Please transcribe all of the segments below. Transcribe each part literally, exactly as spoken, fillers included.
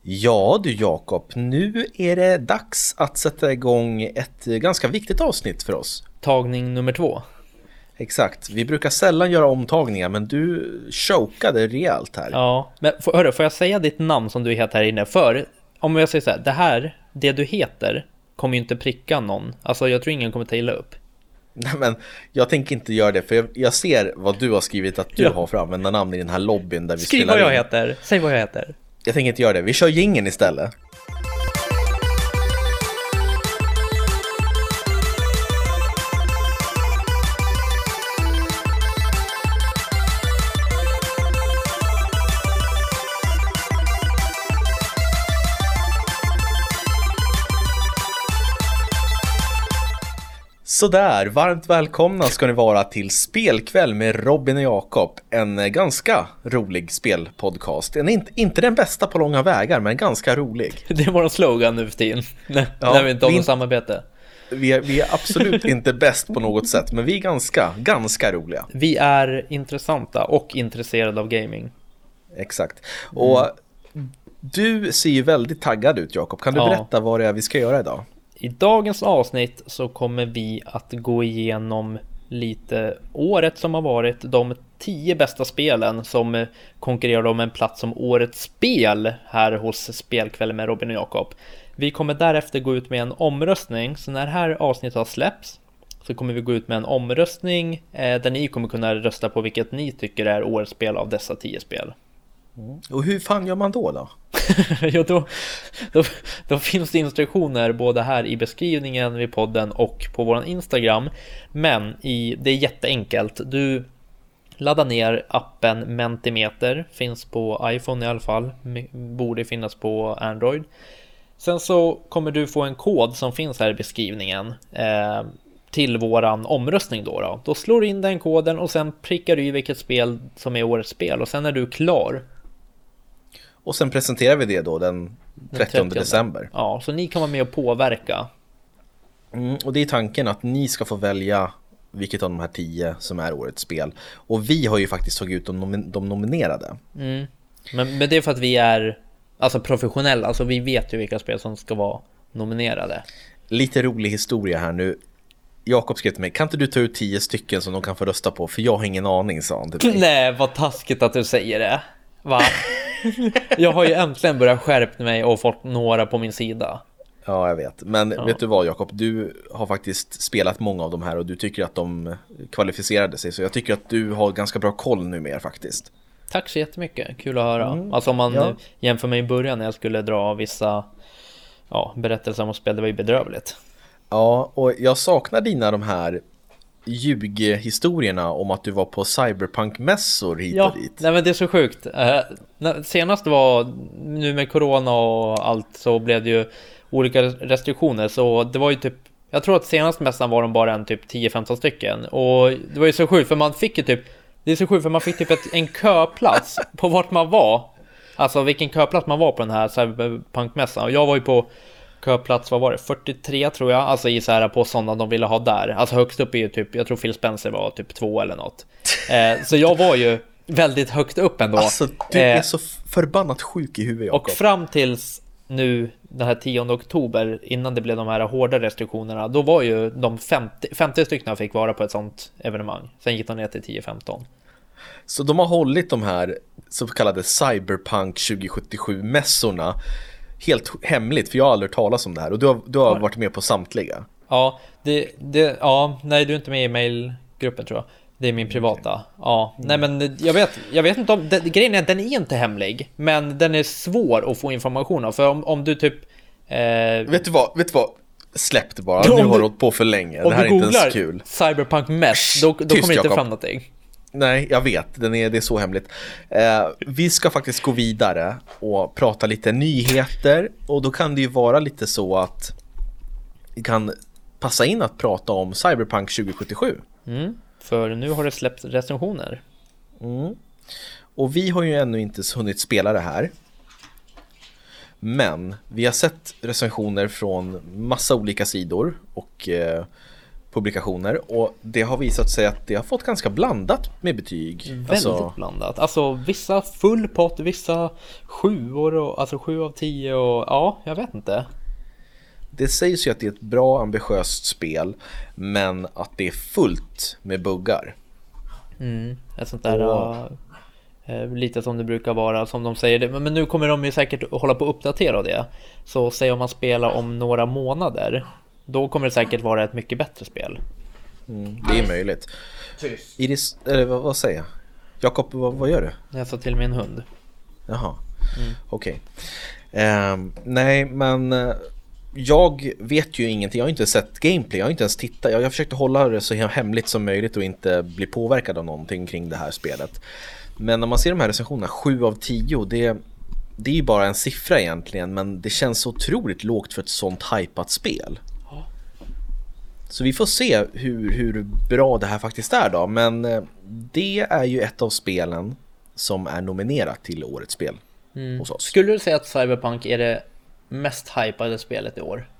Ja du Jakob, nu är det dags att sätta igång ett ganska viktigt avsnitt för oss. Tagning nummer två. Exakt, vi brukar sällan göra omtagningar men du chokade rejält här. Ja, men för, hörru, får jag säga ditt namn som du heter här inne? För om jag säger så här, det här, det du heter kommer ju inte pricka någon. Alltså jag tror ingen kommer ta illa upp. Nej men jag tänker inte göra det för jag, jag ser vad du har skrivit att du ja. har för att använda namn i den här lobbyn där vi Skriv spelar vad jag in. heter, säg vad jag heter. Jag tänker inte göra det, vi kör jingeln istället. Sådär, varmt välkomna ska ni vara till Spelkväll med Robin och Jakob. En ganska rolig spelpodcast. En inte, inte den bästa på långa vägar, men ganska rolig. Det är vår slogan nu för tiden, när, ja, när vi inte har något samarbete. Vi är, vi är absolut inte bäst på något sätt, men vi är ganska, ganska roliga. Vi är intressanta och intresserade av gaming. Exakt. Och mm. du ser ju väldigt taggad ut, Jakob. Kan du ja. berätta vad det är vi ska göra idag? I dagens avsnitt så kommer vi att gå igenom lite året som har varit, de tio bästa spelen som konkurrerar om en plats som årets spel här hos Spelkväll med Robin och Jakob. Vi kommer därefter gå ut med en omröstning, så när det här avsnittet har släppts så kommer vi gå ut med en omröstning eh, där ni kommer kunna rösta på vilket ni tycker är årets spel av dessa tio spel. Mm. Och hur fan gör man då då? jo, då, då? Då finns det instruktioner både här i beskrivningen vid podden och på våran Instagram. Men i, det är jätteenkelt. Du laddar ner appen Mentimeter. Finns på iPhone i alla fall. Borde finnas på Android. Sen så kommer du få en kod som finns här i beskrivningen eh, till våran omröstning då, då. Då slår du in den koden och sen prickar du i vilket spel som är årets spel. Och sen är du klar. Och sen presenterar vi det då den trettionde december. Ja, så ni kan vara med och påverka. Mm, och det är tanken att ni ska få välja vilket av de här tio som är årets spel. Och vi har ju faktiskt tagit ut de, nom- de nominerade. Mm. Men, men det är för att vi är alltså professionella. Alltså vi vet ju vilka spel som ska vara nominerade. Lite rolig historia här nu. Jakob skrev till mig, kan inte du ta ut tio stycken som de kan få rösta på? För jag har ingen aning, sa han till mig. Nej, vad taskigt att du säger det. Va? Jag har ju äntligen börjat skärpa mig och fått några på min sida. Ja, jag vet. Men ja. vet du vad, Jakob? Du har faktiskt spelat många av de här och du tycker att de kvalificerade sig. Så jag tycker att du har ganska bra koll numera faktiskt. Tack så jättemycket. Kul att höra. Mm. Alltså om man ja. jämför med i början när jag skulle dra vissa ja, berättelser om spel, det var ju bedrövligt. Ja, och jag saknar dina de här ljughistorierna om att du var på cyberpunk-mässor hit ja, och dit. Nej, men det är så sjukt. Uh, senast var nu med corona och allt så blev det ju olika restriktioner. Så det var ju typ, jag tror att senast mässan var de bara en typ tio femton stycken. Och det var ju så sjukt för man fick ju typ, det är så sjukt för man fick typ ett, en köplats på vart man var. Alltså vilken köplats man var på den här cyberpunk-mässan. Och jag var ju på köplats, vad var det? fyrtiotre tror jag. Alltså i så här på sådana de ville ha där. Alltså högst upp är ju typ, jag tror Phil Spencer var typ två eller något. Eh, så jag var ju väldigt högt upp ändå. Alltså du är eh, så förbannat sjuk i huvudet, Jakob. Och fram tills nu den här tionde oktober, innan det blev de här hårda restriktionerna, då var ju de femtio, femtio stycken fick vara på ett sånt evenemang. Sen gick de ner till tio femton. Så de har hållit de här så kallade Cyberpunk tjugo sjuttiosju-mässorna helt hemligt, för jag har aldrig talat om det här. Och du har, du har varit med på samtliga. Ja, det, det, ja, nej du är inte med i mailgruppen tror jag. Det är min privata. Ja, nej men jag vet, jag vet inte om, det, grejen är att den är inte hemlig, men den är svår att få information av. För om, om du typ eh... Vet du vad, vet du vad? Släpp det bara, nu har du hållit på för länge. Det här är inte ens kul. Cyberpunk mess, då, då Tyst, kommer det inte fram någonting. Nej, jag vet, den är, det är så hemligt. eh, Vi ska faktiskt gå vidare och prata lite nyheter. Och då kan det ju vara lite så att vi kan passa in att prata om Cyberpunk tjugo sjuttiosju. Mm, för nu har det släppt recensioner. mm. Och vi har ju ännu inte hunnit spela det här, men vi har sett recensioner från massa olika sidor. Och eh, publikationer och det har visat sig att det har fått ganska blandat med betyg. Väldigt alltså, blandat. Alltså vissa full pott, vissa sjuor och alltså sju av tio och ja, jag vet inte. Det sägs ju att det är ett bra ambitiöst spel, men att det är fullt med buggar. Mm, ett sånt där och... äh, lite som det brukar vara, som de säger det. Men nu kommer de ju säkert hålla på att uppdatera det. Så säg om man spelar om några månader, då kommer det säkert vara ett mycket bättre spel. Mm, det är möjligt. Iris, eller vad, vad säger jag? Jakob, vad, vad gör du? Jag sa till min hund. Jaha, mm. okej. Okay. Um, nej, men uh, jag vet ju ingenting. Jag har inte sett gameplay, jag har inte ens tittat. Jag har försökt hålla det så hemligt som möjligt och inte bli påverkad av någonting kring det här spelet. Men när man ser de här recensionerna, sju av tio, det, det är ju bara en siffra egentligen, men det känns så otroligt lågt för ett sånt hypat spel. Så vi får se hur, hur bra det här faktiskt är då. Men det är ju ett av spelen som är nominerat till årets spel mm. hos oss. Skulle du säga att Cyberpunk är det mest hypade spelet i år?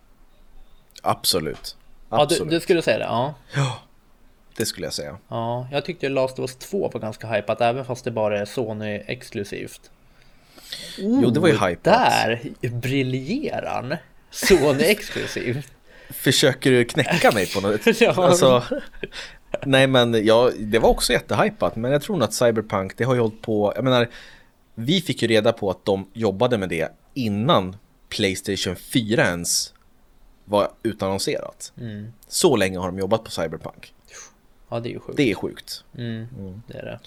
Absolut. Absolut. Ja, du, du skulle säga det, ja. Ja, det skulle jag säga. Ja, jag tyckte Last of Us två var ganska hypat, även fast det bara är Sony-exklusivt. Oh, jo, det var ju hypat. Där briljerar Sony-exklusivt. Försöker du knäcka mig på något? Ja. Alltså, nej, men ja, det var också jättehypat. Men jag tror nog att Cyberpunk, det har ju hållit på. Jag menar, vi fick ju reda på att de jobbade med det innan PlayStation fyra ens var utannonserat. Mm. Så länge har de jobbat på Cyberpunk. Ja, det är ju sjukt. Det är sjukt. Mm, mm. Det är det.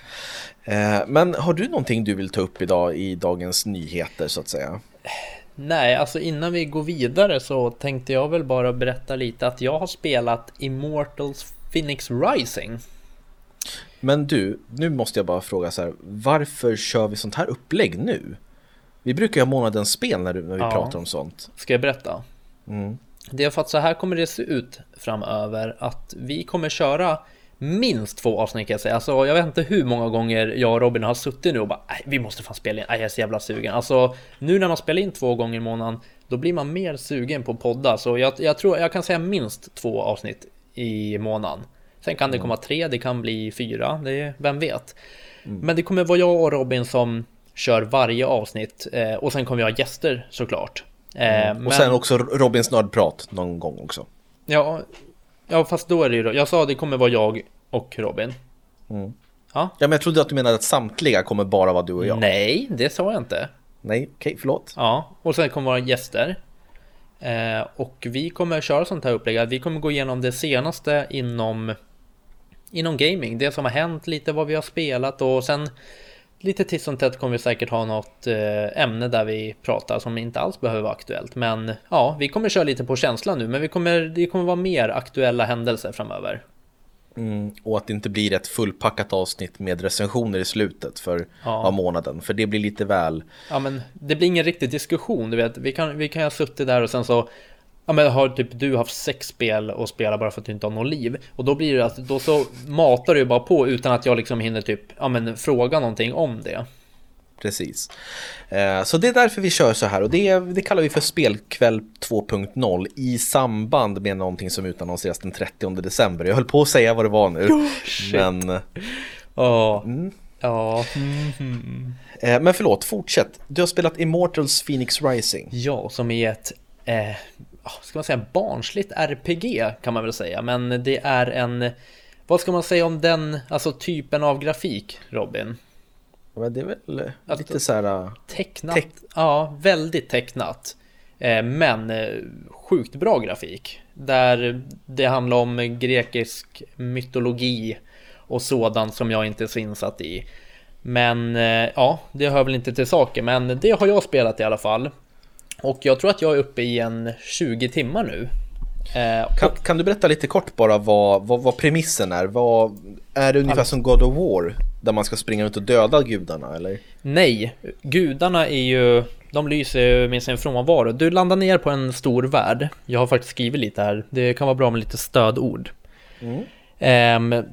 Eh, men har du någonting du vill ta upp idag i dagens nyheter så att säga? Nej, alltså innan vi går vidare så tänkte jag väl bara berätta lite att jag har spelat Immortals Phoenix Rising. Men du, nu måste jag bara fråga så här, varför kör vi sånt här upplägg nu? Vi brukar ju ha månadens spel när, du, när vi ja. pratar om sånt. Ska jag berätta? Mm. Det är för att så här kommer det se ut framöver, att vi kommer köra minst två avsnitt kan jag säga. Alltså jag vet inte hur många gånger jag och Robin har suttit nu och bara nej, vi måste fan spela in, nej, jag är så jävla sugen. Alltså nu när man spelar in två gånger i månaden, då blir man mer sugen på podda. Så jag, jag tror jag kan säga minst två avsnitt i månaden. Sen kan det komma tre, det kan bli fyra, det är, vem vet. Mm. Men det kommer vara jag och Robin som kör varje avsnitt, eh, och sen kommer vi ha gäster såklart. Eh, mm. Och men... sen också Robins nördprat någon gång också. Ja, ja, fast då är det ju, jag sa det kommer vara jag och Robin. Mm. Ja? Ja, men jag trodde att du menade att samtliga kommer bara vara du och jag. Nej, det sa jag inte. Nej, okej, okay, förlåt. Ja, och sen kommer våra gäster. Eh, och vi kommer köra sånt här upplägg. Vi kommer gå igenom det senaste inom inom gaming, det som har hänt, lite vad vi har spelat, och sen lite titt som tätt kommer vi säkert ha något eh, ämne där vi pratar som inte alls behöver vara aktuellt. Men ja, vi kommer köra lite på känslan nu, men vi kommer, det kommer vara mer aktuella händelser framöver. Mm, och att det inte blir ett fullpackat avsnitt med recensioner i slutet för ja. av månaden, för det blir lite väl. Ja, men det blir ingen riktig diskussion, du vet. Vi kan, vi kan ha suttit där och sen så ja, men har typ du haft sex spel och spela bara för att du inte har någon liv, och då blir det att då så matar du bara på utan att jag liksom hinner typ ja, men fråga någonting om det. Precis. Eh, så det är därför vi kör så här, och det, det kallar vi för spelkväll två punkt noll i samband med någonting som utannonseras den trettionde december. Jag höll på att säga vad det var nu. Oh, men ja. Mm. Ja. Mm-hmm. Eh, men förlåt, fortsätt. Du har spelat Immortals Phoenix Rising. Ja, som är ett eh, ska man säga barnsligt R P G kan man väl säga, men det är en, vad ska man säga om den, alltså typen av grafik, Robin? Men det är väl att, lite så här tecknat, teck... ja, väldigt tecknat, eh, men eh, sjukt bra grafik, där det handlar om grekisk mytologi och sådant som jag inte är så insatt i. Men eh, ja, det hör väl inte till saken, men det har jag spelat i alla fall. Och jag tror att jag är uppe i en tjugo timmar nu. Eh, kan, och... kan du berätta lite kort bara vad, vad, vad premissen är? Vad, är det ungefär som God of War, där man ska springa ut och döda gudarna, eller? Nej, gudarna är ju, de lyser ju med sin frånvaro. Du landar ner på en stor värld. Jag har faktiskt skrivit lite här. Det kan vara bra med lite stödord. Mm. Eh,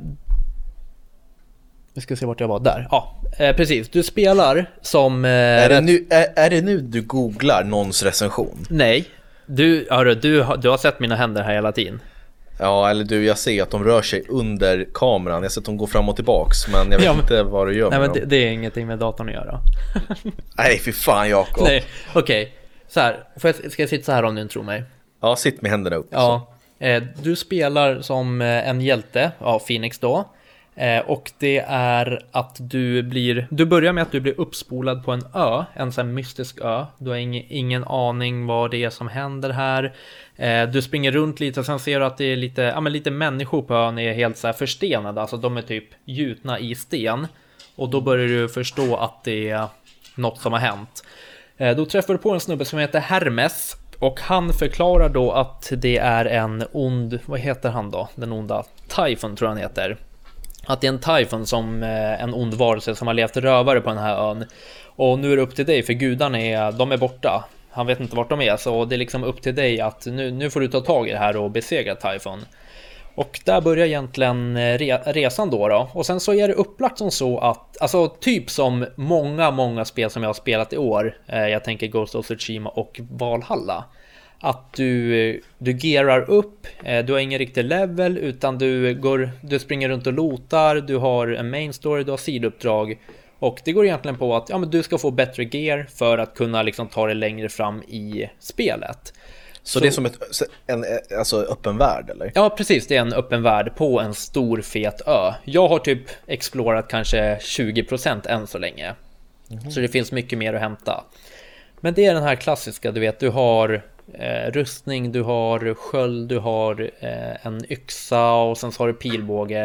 Vi ska se vart jag var där. Ja, eh, precis. Du spelar som... Eh, är, det nu, är, är det nu du googlar någons recension? Nej. Du, hörru, du, du har sett mina händer här hela tiden. Ja, eller du, jag ser att de rör sig under kameran. Jag ser att de går fram och tillbaks, men jag vet ja, men, inte vad du gör nej, med men det, det är ingenting med datorn att göra. Nej, för fan, Jakob. Nej, okej. Okay. Så här, får jag, ska jag sitta så här om du inte tror mig? Ja, sitt med händerna upp. Ja, eh, du spelar som en hjälte av Phoenix då. Eh, och det är att du blir, du börjar med att du blir uppspolad på en ö, en sån här mystisk ö. Du har ing, ingen aning vad det är som händer här. Eh, du springer runt lite och sen ser du att det är lite, ja, men lite människor på ön är helt så här förstenade, alltså de är typ gjutna i sten. Och då börjar du förstå att det är något som har hänt. Eh, då träffar du på en snubbe som heter Hermes. Och han förklarar då att det är en ond, vad heter han då? Den onda Typhon tror jag han heter. Att det är en Typhon som en ond varelse som har levt rövare på den här ön. Och nu är det upp till dig, för gudarna är, de är borta. Han vet inte vart de är, så det är liksom upp till dig att nu, nu får du ta tag i det här och besegra Typhon. Och där börjar egentligen re, resan då, då. Och sen så är det upplagt som så att, alltså typ som många, många spel som jag har spelat i år. Eh, jag tänker Ghost of Tsushima och Valhalla. Att du, du gearar upp, eh, du har ingen riktig level utan du, går, du springer runt och lotar, du har en main story, du har sidouppdrag. Och det går egentligen på att ja, men du ska få bättre gear för att kunna liksom ta dig längre fram i spelet. Så, så det är som ett, en alltså öppen värld, eller? Ja, precis. Det är en öppen värld på en stor fet ö. Jag har typ explorat kanske tjugo procent än så länge. Mm-hmm. Så det finns mycket mer att hämta. Men det är den här klassiska, du vet, du har eh, rustning, du har sköld, du har eh, en yxa och sen så har du pilbåge.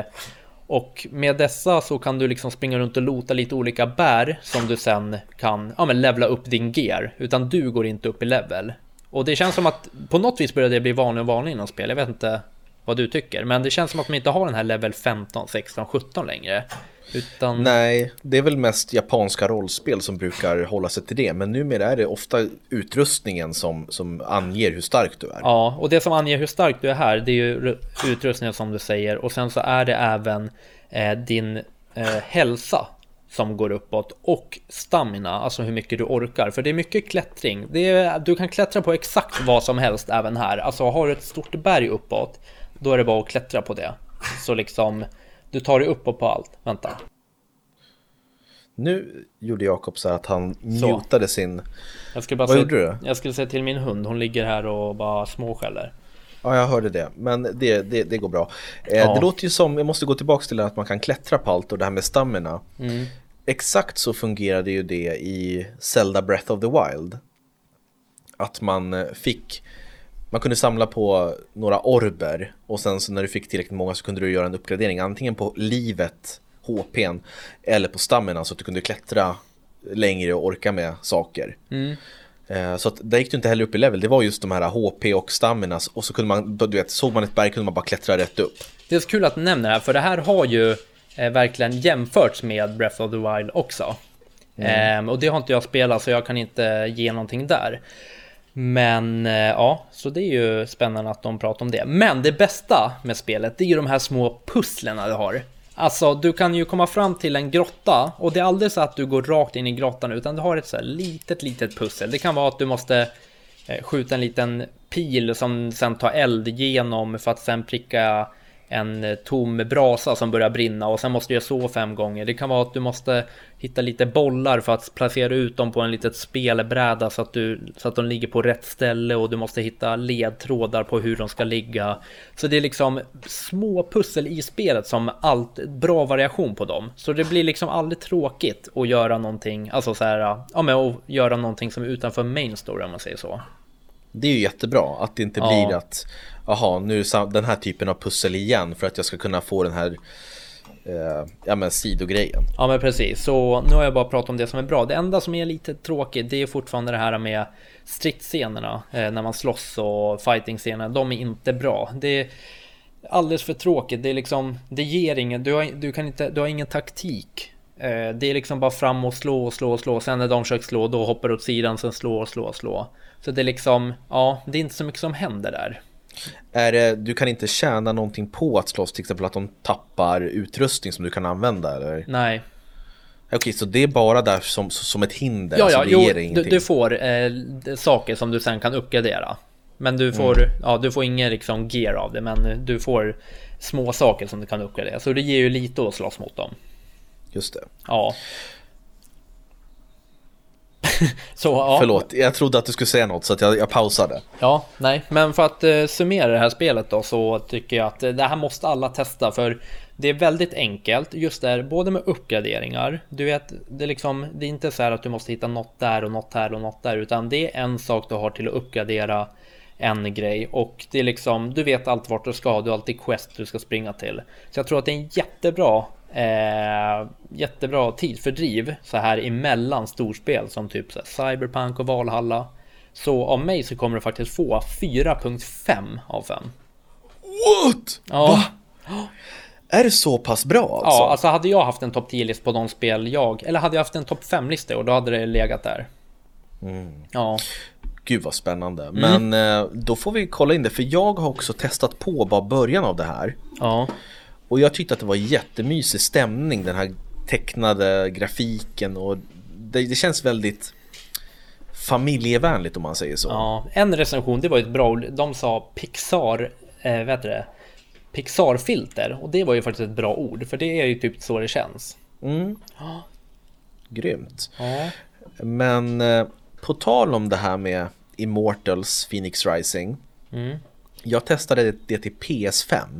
Och med dessa så kan du liksom springa runt och lota lite olika bär som du sen kan ja, men levla upp din gear. Utan du går inte upp i level. Och det känns som att på något vis börjar det bli vanligt och vanligt inom spel. Jag vet inte vad du tycker, men det känns som att man inte har den här level femton, sexton, sjutton längre. Utan... Nej, det är väl mest japanska rollspel som brukar hålla sig till det. Men numera är det ofta utrustningen som, som anger hur stark du är. Ja, och det som anger hur stark du är här, det är ju utrustningen som du säger. Och sen så är det även eh, din eh, hälsa som går uppåt och stamina, alltså hur mycket du orkar. För det är mycket klättring. Det är, du kan klättra på exakt vad som helst även här. Alltså har du ett stort berg uppåt, då är det bara att klättra på det. Så liksom, du tar dig uppåt på allt. Vänta. Nu gjorde Jakob så att han mutade sin... Jag skulle bara vad se... gjorde du? Jag skulle säga till min hund, hon ligger här och bara småskäller. Ja, jag hörde det, men det, det, det går bra. Eh, ja. Det låter ju som, jag måste gå tillbaka till att man kan klättra på allt och det här med stamina. Mm. Exakt så fungerade ju det i Zelda Breath of the Wild. Att man fick, man kunde samla på några orber och sen så när du fick tillräckligt många så kunde du göra en uppgradering antingen på livet, H P:n, eller på stamina så att du kunde klättra längre och orka med saker. Mm. Så att där gick du inte heller upp i level. Det var just de här H P och stamina. Och så kunde man, du vet, såg man ett berg kunde man bara klättra rätt upp. Det är så kul att du nämner det här, för det här har ju eh, verkligen jämförts med Breath of the Wild också. Mm. Eh, och det har inte jag spelat så jag kan inte ge någonting där. Men eh, ja, så det är ju spännande att de pratar om det. Men det bästa med spelet, det är ju de här små pusslerna du har. Alltså, du kan ju komma fram till en grotta och det är aldrig så att du går rakt in i grottan utan du har ett så här litet, litet pussel. Det kan vara att du måste eh, skjuta en liten pil som sen tar eld igenom för att sen pricka en tom brasa som börjar brinna och sen måste du göra så fem gånger. Det kan vara att du måste hitta lite bollar för att placera ut dem på en litet spelbräda så att, du, så att de ligger på rätt ställe och du måste hitta ledtrådar på hur de ska ligga. Så det är liksom små pussel i spelet som allt bra variation på dem. Så det blir liksom aldrig tråkigt att göra någonting, alltså så här, ja, men att göra någonting som är utanför main story om man säger så. Det är ju jättebra att det inte ja. blir att aha, nu är den här typen av pussel igen för att jag ska kunna få den här eh, ja men sidogrejen. Ja men precis, så nu har jag bara pratat om det som är bra. Det enda som är lite tråkigt, det är fortfarande det här med stridsscenerna eh, när man slåss och fighting-scenerna. De är inte bra. Det är alldeles för tråkigt. Det är liksom, det ger ingen, du har, du kan inte, du har ingen taktik. eh, Det är liksom bara fram och slå och slå och slå. Sen när de försöker slå, då hoppar åt sidan, sen slå och slå och slå. Så det är liksom, ja, det är inte så mycket som händer där. Är det, du kan inte tjäna någonting på att slåss, till exempel att de tappar utrustning som du kan använda, eller? Nej. Okej, så det är bara där som, som ett hinder? Ja, ja, alltså, jo, ger det du, du får eh, saker som du sen kan uppgradera. Men du får, Mm. ja, du får ingen liksom gear av det, men du får små saker som du kan uppgradera. Så det ger ju lite att slåss mot dem. Just det. Ja. Så, ja. Förlåt, jag trodde att du skulle säga något så att jag, jag pausade. Ja, nej, men för att eh, summera det här spelet då, så tycker jag att eh, det här måste alla testa, för det är väldigt enkelt just där, både med uppgraderingar. Du vet, det är liksom, det är inte så här att du måste hitta något där och något här och något där, utan det är en sak du har till att uppgradera en grej, och det är liksom, du vet allt vart du ska, du har alltid quest du ska springa till. Så jag tror att det är en jättebra eh, jättebra tidsfördriv så här emellan storspel som typ så här Cyberpunk och Valhalla. Så av mig så kommer du faktiskt få fyra komma fem av fem. What? Ja. Va? Är det så pass bra alltså? Ja, alltså hade jag haft en topp tio-list på de spel jag, eller hade jag haft en topp fem-lista och då hade det legat där. Mm. Ja. Gud vad spännande. Mm. Men eh, då får vi kolla in det, för jag har också testat på bara början av det här. Ja. Och jag tyckte att det var jättemysig stämning, den här tecknade grafiken, och det, det känns väldigt familjevänligt om man säger så. Ja, en recension, det var ju ett bra ord. De sa Pixar, eh, vet du det? Pixar-filter, och det var ju faktiskt ett bra ord, för det är ju typ så det känns. Mm. Grymt. Ja. Men eh, på tal om det här med Immortals Phoenix Rising. Mm. Jag testade det, det till P S fem.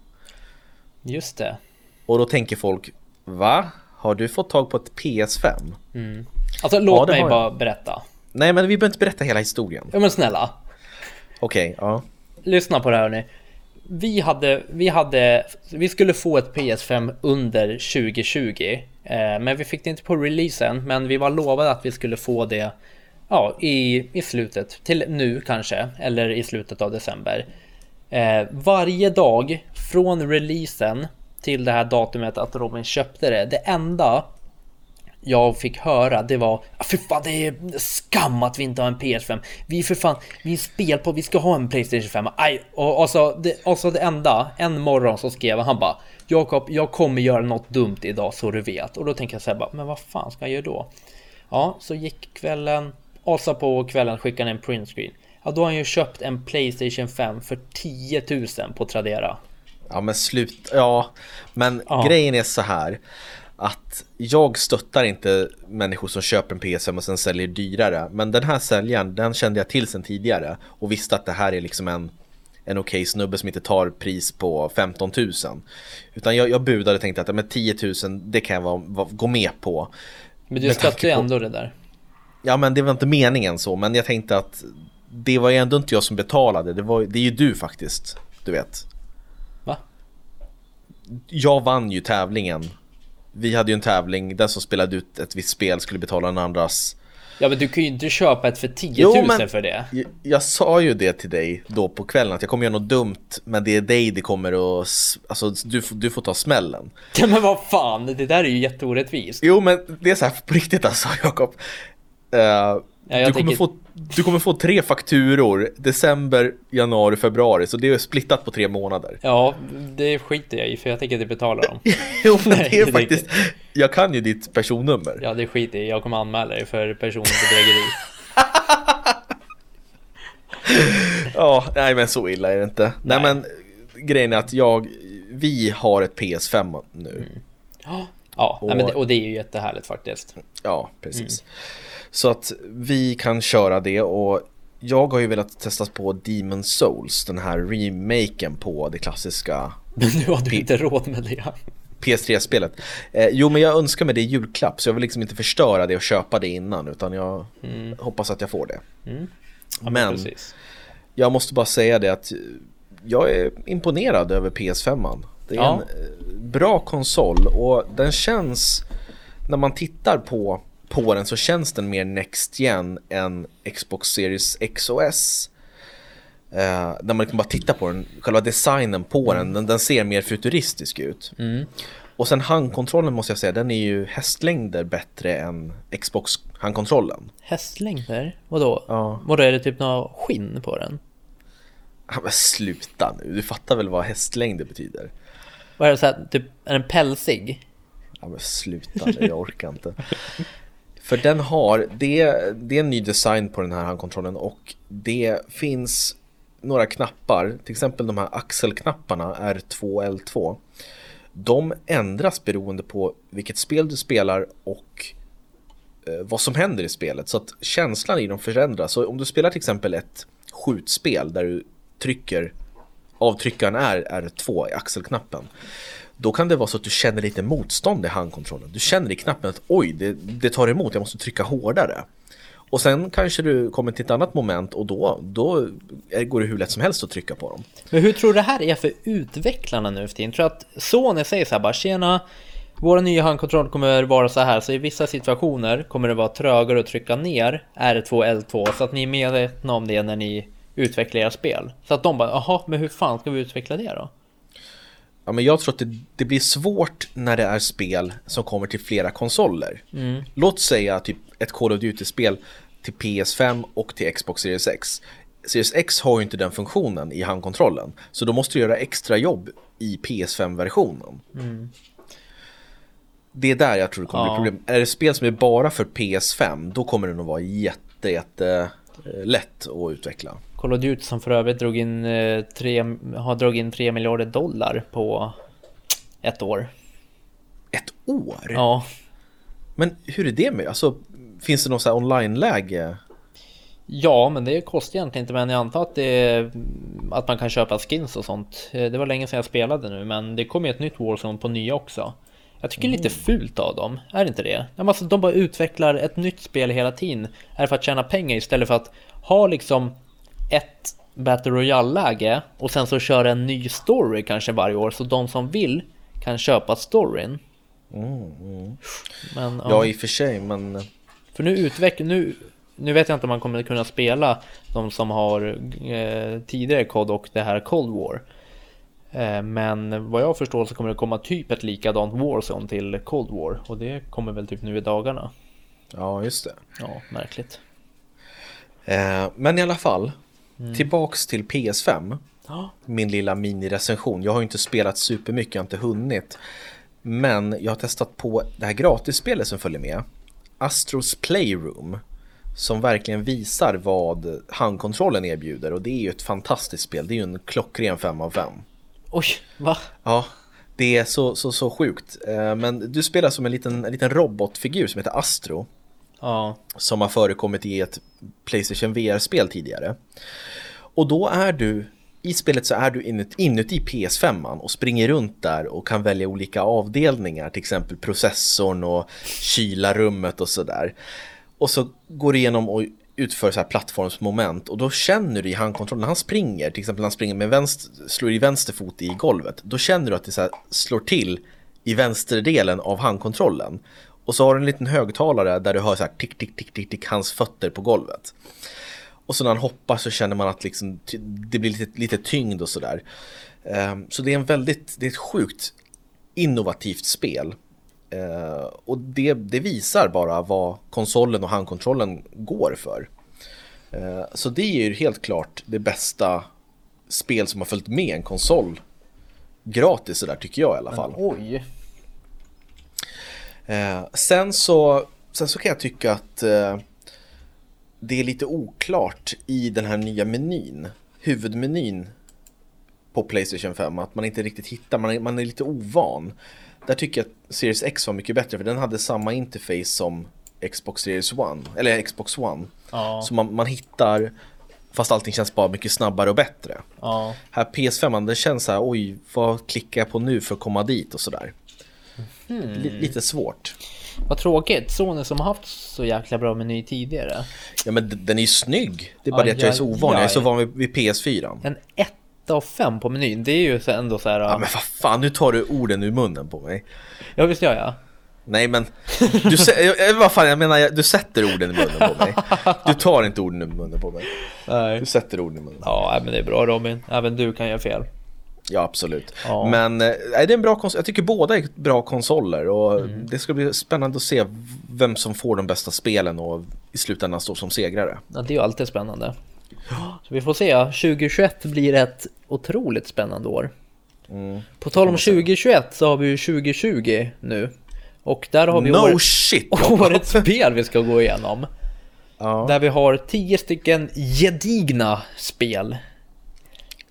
Just det. Och då tänker folk, va? Har du fått tag på ett P S fem? Mm. Alltså låt Ja, mig har bara jag. berätta. Nej, men vi behöver inte berätta hela historien. Ja men snälla, Okej, ja. lyssna på det här hörni. Vi hade, vi hade, vi skulle få ett P S fem under tjugo tjugo, eh, men vi fick det inte på releasen, men vi var lovade att vi skulle få det, ja, i, i slutet, till nu kanske, eller i slutet av december. Eh, varje dag från releasen till det här datumet att Robin köpte det, det enda jag fick höra, det var för fan, det är skam att vi inte har en P S fem. Vi för fan, vi är spel på, vi ska ha en PlayStation fem. Aj, och, och, så, det, och så det enda, en morgon så skrev han bara, Jakob, jag kommer göra något dumt idag så du vet. Och då tänker jag så här bara, men vad fan ska jag göra då? Ja, så gick kvällen, och så på kvällen skickade han en printscreen. Ja, då har han ju köpt en PlayStation fem för tio tusen på Tradera. Ja, men slut. Ja, men Ja. grejen är så här, att jag stöttar inte människor som köper en P S fem och sen säljer dyrare. Men den här säljaren, den kände jag till sen tidigare och visste att det här är liksom en, en okej snubbe som inte tar pris på femton tusen. Utan jag, jag budade och tänkte att med tio tusen, det kan jag vara, vara, gå med på. Men du Med stötte ju tanke på- ändå det där. Ja, men det var inte meningen så, men jag tänkte att det var ju ändå inte jag som betalade. Det, var, det är ju du faktiskt, du vet. Va? Jag vann ju tävlingen. Vi hade ju en tävling, den som spelade ut ett visst spel skulle betala den andras. Ja, men du kan ju inte köpa ett för tio Jo, tusen men- för det. Jag, jag sa ju det till dig då på kvällen, att jag kommer göra något dumt, men det är dig det kommer att, s- alltså du, får- du får ta smällen. Ja, men vad fan, det där är ju jätteorättvist. Jo, men det är så här på riktigt alltså, Jakob. Uh, jag du, kommer tänker- få, du kommer få tre fakturor, december, januari, februari, så det är splittat på tre månader. Ja, det skiter jag i, för jag tänker inte betala dem. Jo, men Nej, det är det är faktiskt, jag kan ju ditt personnummer. Ja, det skiter jag i, jag kommer anmäla dig för personbedrägeri. Ja, nej men så illa är det inte. Nej, Nej. men grejen är att jag, vi har ett P S fem nu. Ja, och, nej, men det, och det är ju jättehärligt faktiskt. Ja, precis. Så att vi kan köra det, och jag har ju velat testa på Demon's Souls, den här remaken på det klassiska Men nu har du P- inte råd med det. P S tre-spelet. Eh, jo, men jag önskar mig det i julklapp, så jag vill liksom inte förstöra det och köpa det innan, utan jag Mm. hoppas att jag får det. Mm. Ja, Men precis. jag måste bara säga det att jag är imponerad över P S fem. Det är Ja. en eh, bra konsol, och den känns, när man tittar på, på den så känns den mer next gen än Xbox Series X och S. Eh, när man liksom bara tittar på den, själva designen på den, den, den ser mer futuristisk ut. Mm. Och sen handkontrollen måste jag säga, den är ju hästlängder bättre än Xbox handkontrollen. Hästlängder? Vadå? Ja. Vadå, är det typ något skinn på den? Ja, men sluta nu, du fattar väl vad hästlängder betyder? Vad är det så här, typ, är den pälsig? Ja, men sluta nu, jag orkar inte. För den har, det, det är en ny design på den här handkontrollen, och det finns några knappar, till exempel de här axelknapparna R två L två. De ändras beroende på vilket spel du spelar och eh, vad som händer i spelet. Så att känslan i dem förändras. Så om du spelar till exempel ett skjutspel där du trycker, avtryckaren är R två i axelknappen, då kan det vara så att du känner lite motstånd i handkontrollen. Du känner i knappen att oj, det, det tar emot, jag måste trycka hårdare. Och sen kanske du kommer till ett annat moment och då, då går det hur lätt som helst att trycka på dem. Men hur tror du det här är för utvecklarna nu för tiden? Tror du att Sony säger så här bara, tjena, våra nya handkontroll kommer vara så här, så i vissa situationer kommer det vara trögare att trycka ner R två L två, så att ni är medvetna om det när ni utvecklar era spel. Så att de bara, jaha, men hur fan ska vi utveckla det då? Ja, men jag tror att det, det blir svårt när det är spel som kommer till flera konsoler. Mm. Låt säga typ ett Call of Duty-spel till P S fem och till Xbox Series X. Series X har ju inte den funktionen i handkontrollen, så då måste du göra extra jobb i P S fem-versionen. Mm. Det är där jag tror det kommer ja. bli problem. Är det spel som är bara för P S fem, då kommer det nog vara jätte, jätte lätt att utveckla. Call of Duty som för övrigt drog in, eh, tre, har dragit in tre miljarder dollar på ett år. Ett år? Ja. Men hur är det med? Alltså, finns det någon så här online-läge? Ja, men det kostar egentligen inte, men jag antar att, det, att man kan köpa skins och sånt. Det var länge sedan jag spelade nu, men det kommer ett nytt Warzone på nya också. Jag tycker det är lite fult av dem, är det inte det? Alltså, de bara utvecklar ett nytt spel hela tiden. Är det för att tjäna pengar istället för att ha liksom ett Battle Royale-läge och sen så köra en ny story kanske varje år, så de som vill kan köpa storyn. Mm, mm. Men, ja, ja, i och för sig, men... För nu utvecklar... Nu, nu vet jag inte om man kommer kunna spela de som har eh, tidigare C O D och det här Cold War. Eh, men vad jag förstår så kommer det komma typ ett likadant Warzone till Cold War. Och det kommer väl typ nu i dagarna. Ja, just det. Ja, märkligt. Eh, men i alla fall, mm. tillbaks till P S fem. Oh. Min lilla mini-recension. Jag har ju inte spelat supermycket, jag har inte hunnit. Men jag har testat på det här gratisspelet som följer med. Astros Playroom. Som verkligen visar vad handkontrollen erbjuder. Och det är ju ett fantastiskt spel. Det är ju en klockren fem av fem. Oj, va? Ja, det är så, så, så sjukt. Men du spelar som en liten, en liten robotfigur som heter Astro. Ja. Som har förekommit i ett PlayStation V R-spel tidigare. Och då är du... I spelet så är du inuti, inuti P S fem och springer runt där och kan välja olika avdelningar. Till exempel processorn och kylarummet och sådär. Och så går du igenom och utför så här plattformsmoment. Och då känner du i handkontrollen när han springer. Till exempel när han springer med vänster, slår i vänster fot i golvet. Då känner du att det så här slår till i vänsterdelen av handkontrollen. Och så har du en liten högtalare där du hör så här tick, tick, tick, tick, tick, hans fötter på golvet. Och så när han hoppar så känner man att liksom, det blir lite, lite tyngd och sådär. Um, så det är en väldigt, det är ett sjukt innovativt spel. Uh, och det, det visar bara vad konsolen och handkontrollen går för. Uh, så det är ju helt klart det bästa spel som har följt med en konsol. Gratis så där tycker jag i alla fall. Men, oj. Uh, sen, så, sen så kan jag tycka att... Uh, det är lite oklart i den här nya menyn, huvudmenyn på PlayStation fem, att man inte riktigt hittar, man är, man är lite ovan. Där tycker jag att Series X var mycket bättre, för den hade samma interface som Xbox Series One, eller Xbox One. Ja. Så man, man hittar, fast allting känns bara mycket snabbare och bättre. Ja. Här P S fem, det känns så här, oj, vad klickar jag på nu för att komma dit och sådär. Mm. L- lite svårt. Vad tråkigt, Sony som har haft så jäkla bra meny tidigare. Ja, men d- den är ju snygg. Det är bara aj, det att jag är så ovan, aj. Jag är så van vid, vid P S fyra. En ett av fem på menyn, det är ju ändå så här... Ja, men vad fan, nu tar du orden ur munnen på mig. Ja, visst gör jag. Nej, men du, vad fan, jag menar, du sätter orden i munnen på mig. Du tar inte orden i munnen på mig. Nej. Du sätter orden i munnen. Ja, men det är bra, Robin. Även du kan göra fel. Ja, absolut. Ja. Men äh, det är en bra kons- jag tycker båda är bra konsoler. Och mm. det ska bli spännande att se vem som får de bästa spelen och i slutändan står som segrare. Ja, det är ju alltid spännande. Så vi får se, tjugohundratjugoett blir ett otroligt spännande år. Mm. På tal om tjugohundratjugoett så har vi ju tjugohundratjugo nu. Och där har vi no år- shit. årets spel vi ska gå igenom. Ja. Där vi har tio stycken gedigna spel.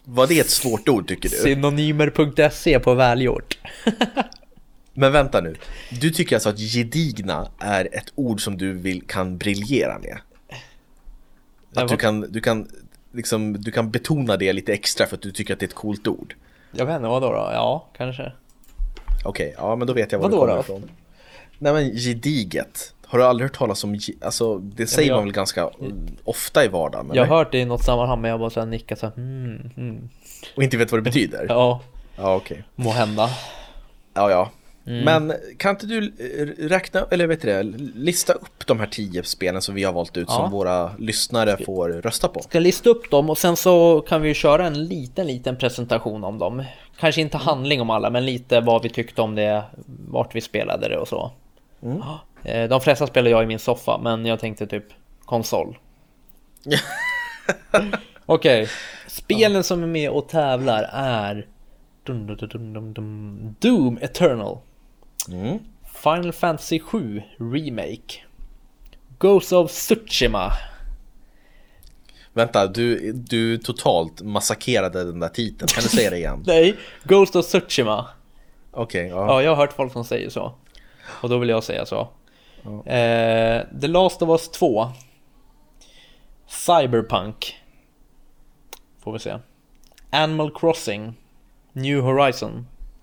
Var det ett svårt ord tycker du? Synonymer punkt se på välgjort. Men vänta nu. Du tycker alltså att gedigna är ett ord som du vill kan briljera med? Att du kan, du kan liksom, du kan betona det lite extra för att du tycker att det är ett coolt ord? Jag vet inte, vad då då? Ja, kanske. Okej, okay, ja men då vet jag var vad det kommer då? ifrån. Nej men gediget. Har du aldrig hört talas om, alltså det säger ja, jag, man väl ganska ofta i vardagen? Jag har hört det i något sammanhang, men jag bara så här nickar så här, mm, mm. Och inte vet vad det betyder? Ja. Ja, okej. Okay. Må hända. Ja, ja. Mm. Men kan inte du räkna, eller vet du det, lista upp de här tio spelen som vi har valt ut, ja, som våra lyssnare ska, får rösta på? Ska lista upp dem och sen så kan vi köra en liten, liten presentation om dem. Kanske inte handling om alla, men lite vad vi tyckte om det, vart vi spelade det och så. Mm. De flesta spelar jag i min soffa, men jag tänkte typ konsol. Okej, okay. Spelen ja, som är med och tävlar är dum, dum, dum, dum, dum. Doom Eternal, mm. Final Fantasy sju Remake, Ghost of Tsushima. Vänta, du, du totalt massakrerade den där titeln. Kan du säga det igen? Nej, Ghost of Tsushima. Okej, okay, ja. Ja, jag har hört folk som säger så. Och då vill jag säga så. Ja. eh, The Last of Us två, Cyberpunk, får vi se, Animal Crossing, New Horizon,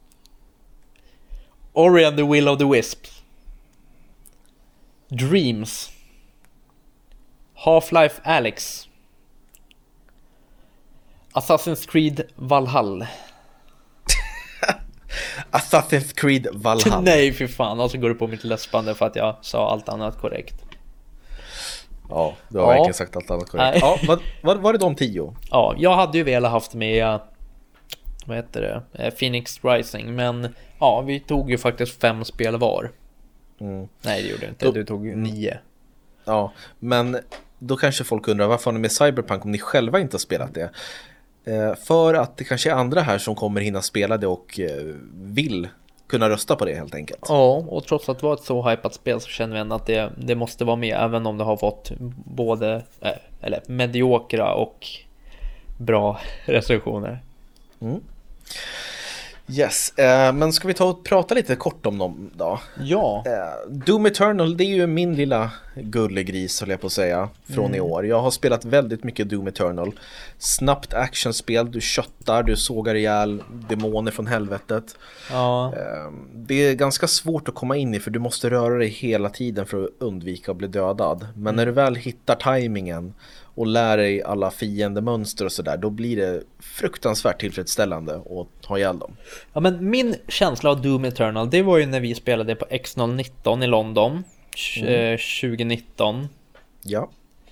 Ori and the Will of the Wisps, Dreams, Half-Life Alyx, Assassin's Creed Valhalla. Assassin's Creed Valhalla. Nej, för fan. Och så går du på mitt läspande för att jag sa allt annat korrekt. Ja, du har ja, verkligen sagt allt annat korrekt. Ja, vad, vad var det de tio? Ja, jag hade ju velat haft med, vad heter det, Phoenix Rising. Men ja, vi tog ju faktiskt fem spel var. Mm. Nej, det gjorde du inte. Du tog ju nio. Ja, men då kanske folk undrar varför ni med Cyberpunk om ni själva inte har spelat det. För att det kanske är andra här som kommer hinna spela det och vill kunna rösta på det helt enkelt. Ja, och trots att det var ett så hypat spel så känner vi ändå att det, det måste vara med, även om det har fått både äh, eller mediokra och bra recensioner. Mm. Yes, eh, men ska vi ta och prata lite kort om dem då? Ja. Eh, Doom Eternal, det är ju min lilla gullegris, höll jag på att säga, från mm. i år. Jag har spelat väldigt mycket Doom Eternal. Snabbt actionspel, du köttar, du sågar ihjäl demoner från helvetet. Ja. Eh, det är ganska svårt att komma in i, för du måste röra dig hela tiden för att undvika att bli dödad. Men mm. när du väl hittar tajmingen och lär dig alla fiendemönster och sådär, då blir det fruktansvärt tillfredsställande att ha ihjäl dem. Ja, men min känsla av Doom Eternal, det var ju när vi spelade på X noll nitton i London mm. tjugonitton. Ja.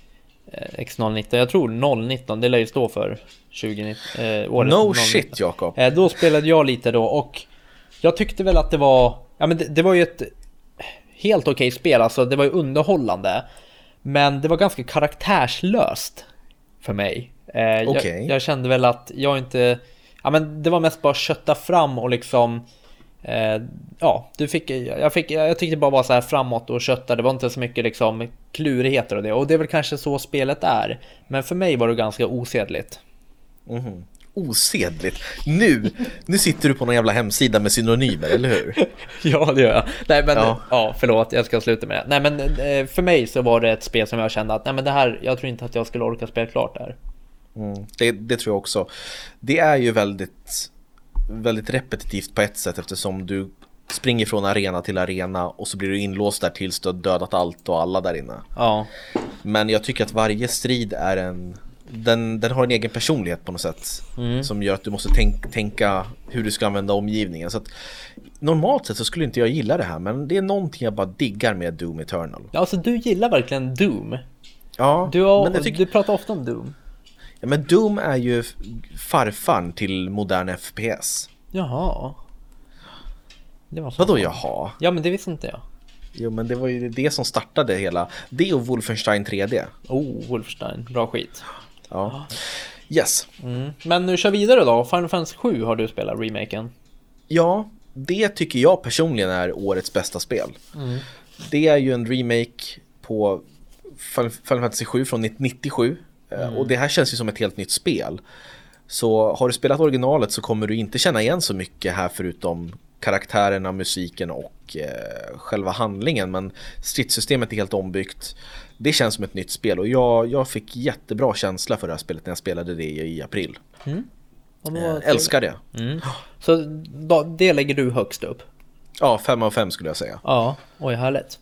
X noll nitton, jag tror noll nitton, det lär ju stå för tjugo eh, året. No noll nitton. Shit, Jakob. Eh, då spelade jag lite då, och jag tyckte väl att det var, ja men det, det var ju ett helt okej spel, alltså det var ju underhållande. Men det var ganska karaktärslöst för mig. Eh, okay. jag, jag kände väl att jag inte... Ja, men det var mest bara kötta fram och liksom... Eh, ja, du fick, jag, fick, jag tyckte bara var så här framåt och kötta. Det var inte så mycket liksom klurigheter och det. Och det är väl kanske så spelet är. Men för mig var det ganska osedligt. Mm-hmm. Osedligt. Nu, nu sitter du på någon jävla hemsida med synonymer, eller hur? Ja, det gör jag. Nej, men ja. ja, förlåt, jag ska sluta med det. Nej, men för mig så var det ett spel som jag kände att nej, men det här, jag tror inte att jag skulle orka spela klart där. Mm, det, det tror jag också. Det är ju väldigt väldigt repetitivt på ett sätt, eftersom du springer från arena till arena och så blir du inlåst där tills du har dödat allt och alla där inne. Ja. Men jag tycker att varje strid är en Den, den har en egen personlighet på något sätt mm. som gör att du måste tänk, tänka hur du ska använda omgivningen. Så att, normalt sett så skulle inte jag gilla det här, men det är någonting jag bara diggar med Doom Eternal. Ja, alltså du gillar verkligen Doom. Ja, du, har, men tyck- du pratar ofta om Doom. Ja, men Doom är ju farfan till modern F P S. Jaha. Det var så. Vadå jaha? Ja, men det visste inte jag. Jo, men det var ju det som startade hela. Det och Wolfenstein tre D. Oh, Wolfenstein, bra skit. Ja. Yes. Mm. Men nu kör vidare då. Final Fantasy sju har du spelat remaken. Ja, det tycker jag personligen är årets bästa spel. Mm. Det är ju en remake på Final Fantasy sju från nittiosju. Mm. Och det här känns ju som ett helt nytt spel. Så har du spelat originalet så kommer du inte känna igen så mycket här förutom karaktärerna, musiken och eh, själva handlingen. Men stridssystemet är helt ombyggt. Det känns som ett nytt spel och jag, jag fick jättebra känsla för det här spelet när jag spelade det i april. Mm. Eh, älskar det. Mm. Så då, det lägger du högst upp? Ja, fem av fem skulle jag säga. Ja, oj, härligt.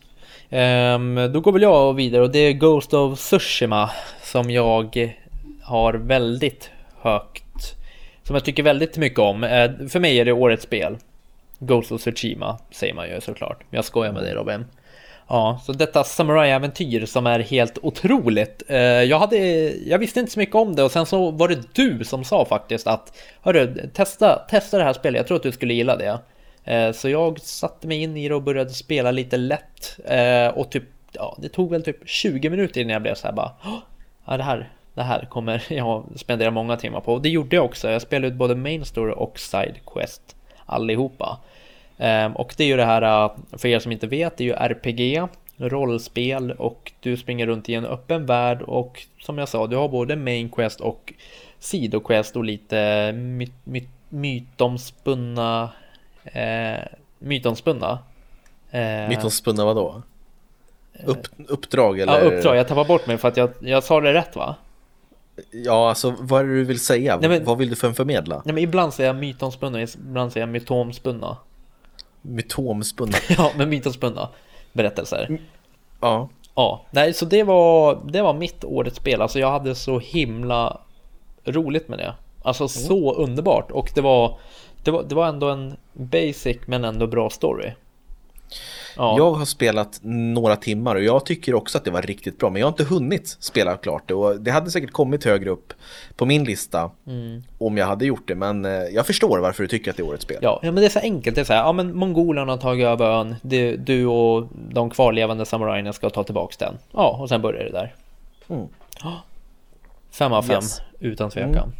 Um, då går väl jag vidare och det är Ghost of Tsushima som jag har väldigt högt, som jag tycker väldigt mycket om. Uh, för mig är det årets spel. Ghost of Tsushima säger man ju såklart. Jag skojar med dig, Robin. Ja, så detta samurai-äventyr som är helt otroligt. Uh, jag, hade, jag visste inte så mycket om det och sen så var det du som sa faktiskt att hörru, testa, testa det här spelet. Jag tror att du skulle gilla det. Så jag satte mig in i det och började spela lite lätt. Och typ, ja, det tog väl typ tjugo minuter innan jag blev så här bara, ja, det här, det här kommer jag spendera många timmar på. Och det gjorde jag också. Jag spelade ut både main story och side quest allihopa. Och det är ju det här, för er som inte vet, det är ju R P G, rollspel och du springer runt i en öppen värld och som jag sa, du har både main quest och sidoquest och lite my- my- mytomspunna Eh, mytomspunna eh, Mytomspunna vad då? Upp, uppdrag eller? Ja, uppdrag, jag tappar bort mig för att jag, jag sa det rätt, va? Ja, alltså vad är det du vill säga? Nej, men, vad vill du för en förmedla? Nej, men ibland säger jag mytomspunna, ibland säger jag mytomspunna. Mytomspunna? Ja, men mytomspunna berättelser. Mm. Ja. Ja, nej, så det var, det var mitt årets spel. Alltså jag hade så himla roligt med det. Alltså mm. så underbart. Och det var Det var, det var ändå en basic men ändå bra story. Ja. Jag har spelat några timmar och jag tycker också att det var riktigt bra. Men jag har inte hunnit spela klart det. Och det hade säkert kommit högre upp på min lista mm. om jag hade gjort det. Men jag förstår varför du tycker att det är årets spel. Ja, ja men det är så enkelt. Det är så här, ja men mongolerna har tagit över ön. Du, du och de kvarlevande samurajerna ska ta tillbaka den. Ja, och sen börjar det där. Mm. Fem av fem, yes. Utan tvekan. Mm.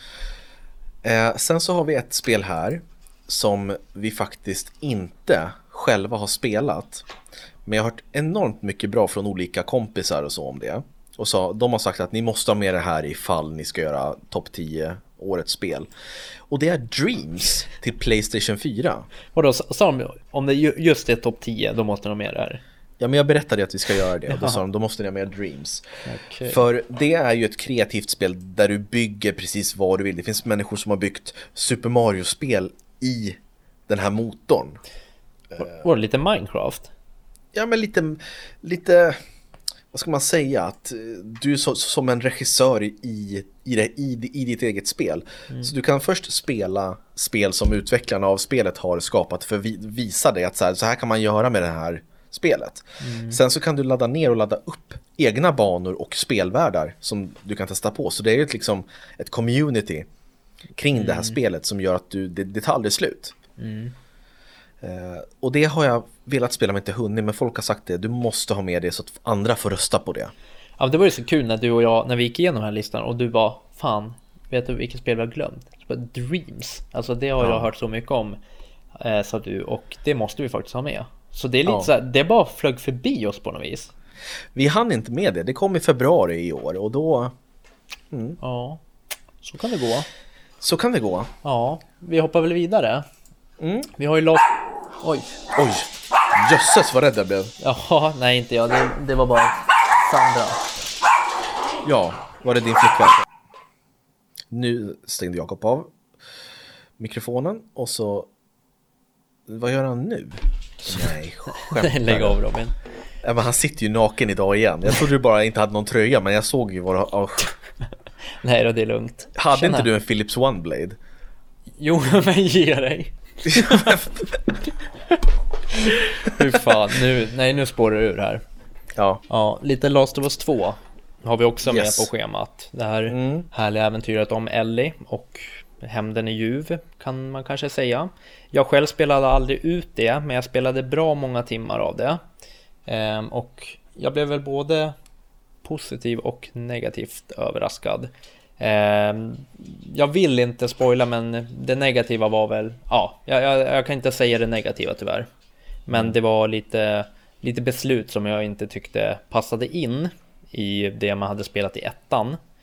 Eh, sen så har vi ett spel här som vi faktiskt inte själva har spelat. Men jag har hört enormt mycket bra från olika kompisar och så om det. Och så, de har sagt att ni måste ha med det här ifall ni ska göra topp tio årets spel. Och det är Dreams till PlayStation fyra. Och då sa de, om det just är topp tio, då måste de ha med det här. Ja, men jag berättade att vi ska göra det. Och då sa de, då måste ni ha med Dreams. Okay. För det är ju ett kreativt spel där du bygger precis vad du vill. Det finns människor som har byggt Super Mario-spel i den här motorn. Var det lite Minecraft? Ja, men lite, lite vad ska man säga? Att du är så, som en regissör i, i, det, i, i ditt eget spel. Mm. Så du kan först spela spel som utvecklarna av spelet har skapat för att visa dig att så här, så här kan man göra med det här spelet. Mm. Sen så kan du ladda ner och ladda upp egna banor och spelvärldar som du kan testa på. Så det är ju liksom ett community kring mm. det här spelet som gör att du, det, det tar aldrig slut. Mm. Uh, och det har jag velat spela men inte hunnit, men folk har sagt det, du måste ha med det så att andra får rösta på det. Ja, det var ju så kul när du och jag, när vi gick igenom den här listan och du bara, fan, vet du vilket spel vi har glömt? Dreams, alltså det har ja. jag hört så mycket om, eh, sa du, och det måste vi faktiskt ha med. Så det är lite ja. så här, det bara flög förbi oss på något vis. Vi hann inte med det, det kom i februari i år och då... Mm. Ja, så kan det gå. Så kan det gå. Ja, vi hoppar väl vidare. Mm. Vi har ju lagt... Oj. Oj, jösses vad rädd jag blev. Jaha, nej inte jag, det, det var bara Sandra. Ja, var det din flickvän? Nu stängde Jakob av mikrofonen och så... Vad gör han nu? Nej, skämtar. Lägg av, Robin. Ja, men han sitter ju naken idag igen. Jag trodde du bara inte hade någon tröja, men jag såg ju vad... Oh. Nej då, det är lugnt. Hade Känna. Inte du en Philips One Blade? Jo, men ge dig. Hur fan, nu, nej, nu spårar det ur här. Ja. Ja, lite Last of Us två har vi också yes. med på schemat. Det här mm. härliga äventyret om Ellie och hämnden i Juv, kan man kanske säga. Jag själv spelade aldrig ut det, men jag spelade bra många timmar av det. Ehm, och jag blev väl både positiv och negativt överraskad. Ehm, jag vill inte spoila, men det negativa var väl... Ja, jag, jag, jag kan inte säga det negativa tyvärr. Men mm. det var lite, lite beslut som jag inte tyckte passade in i det man hade spelat i ettan.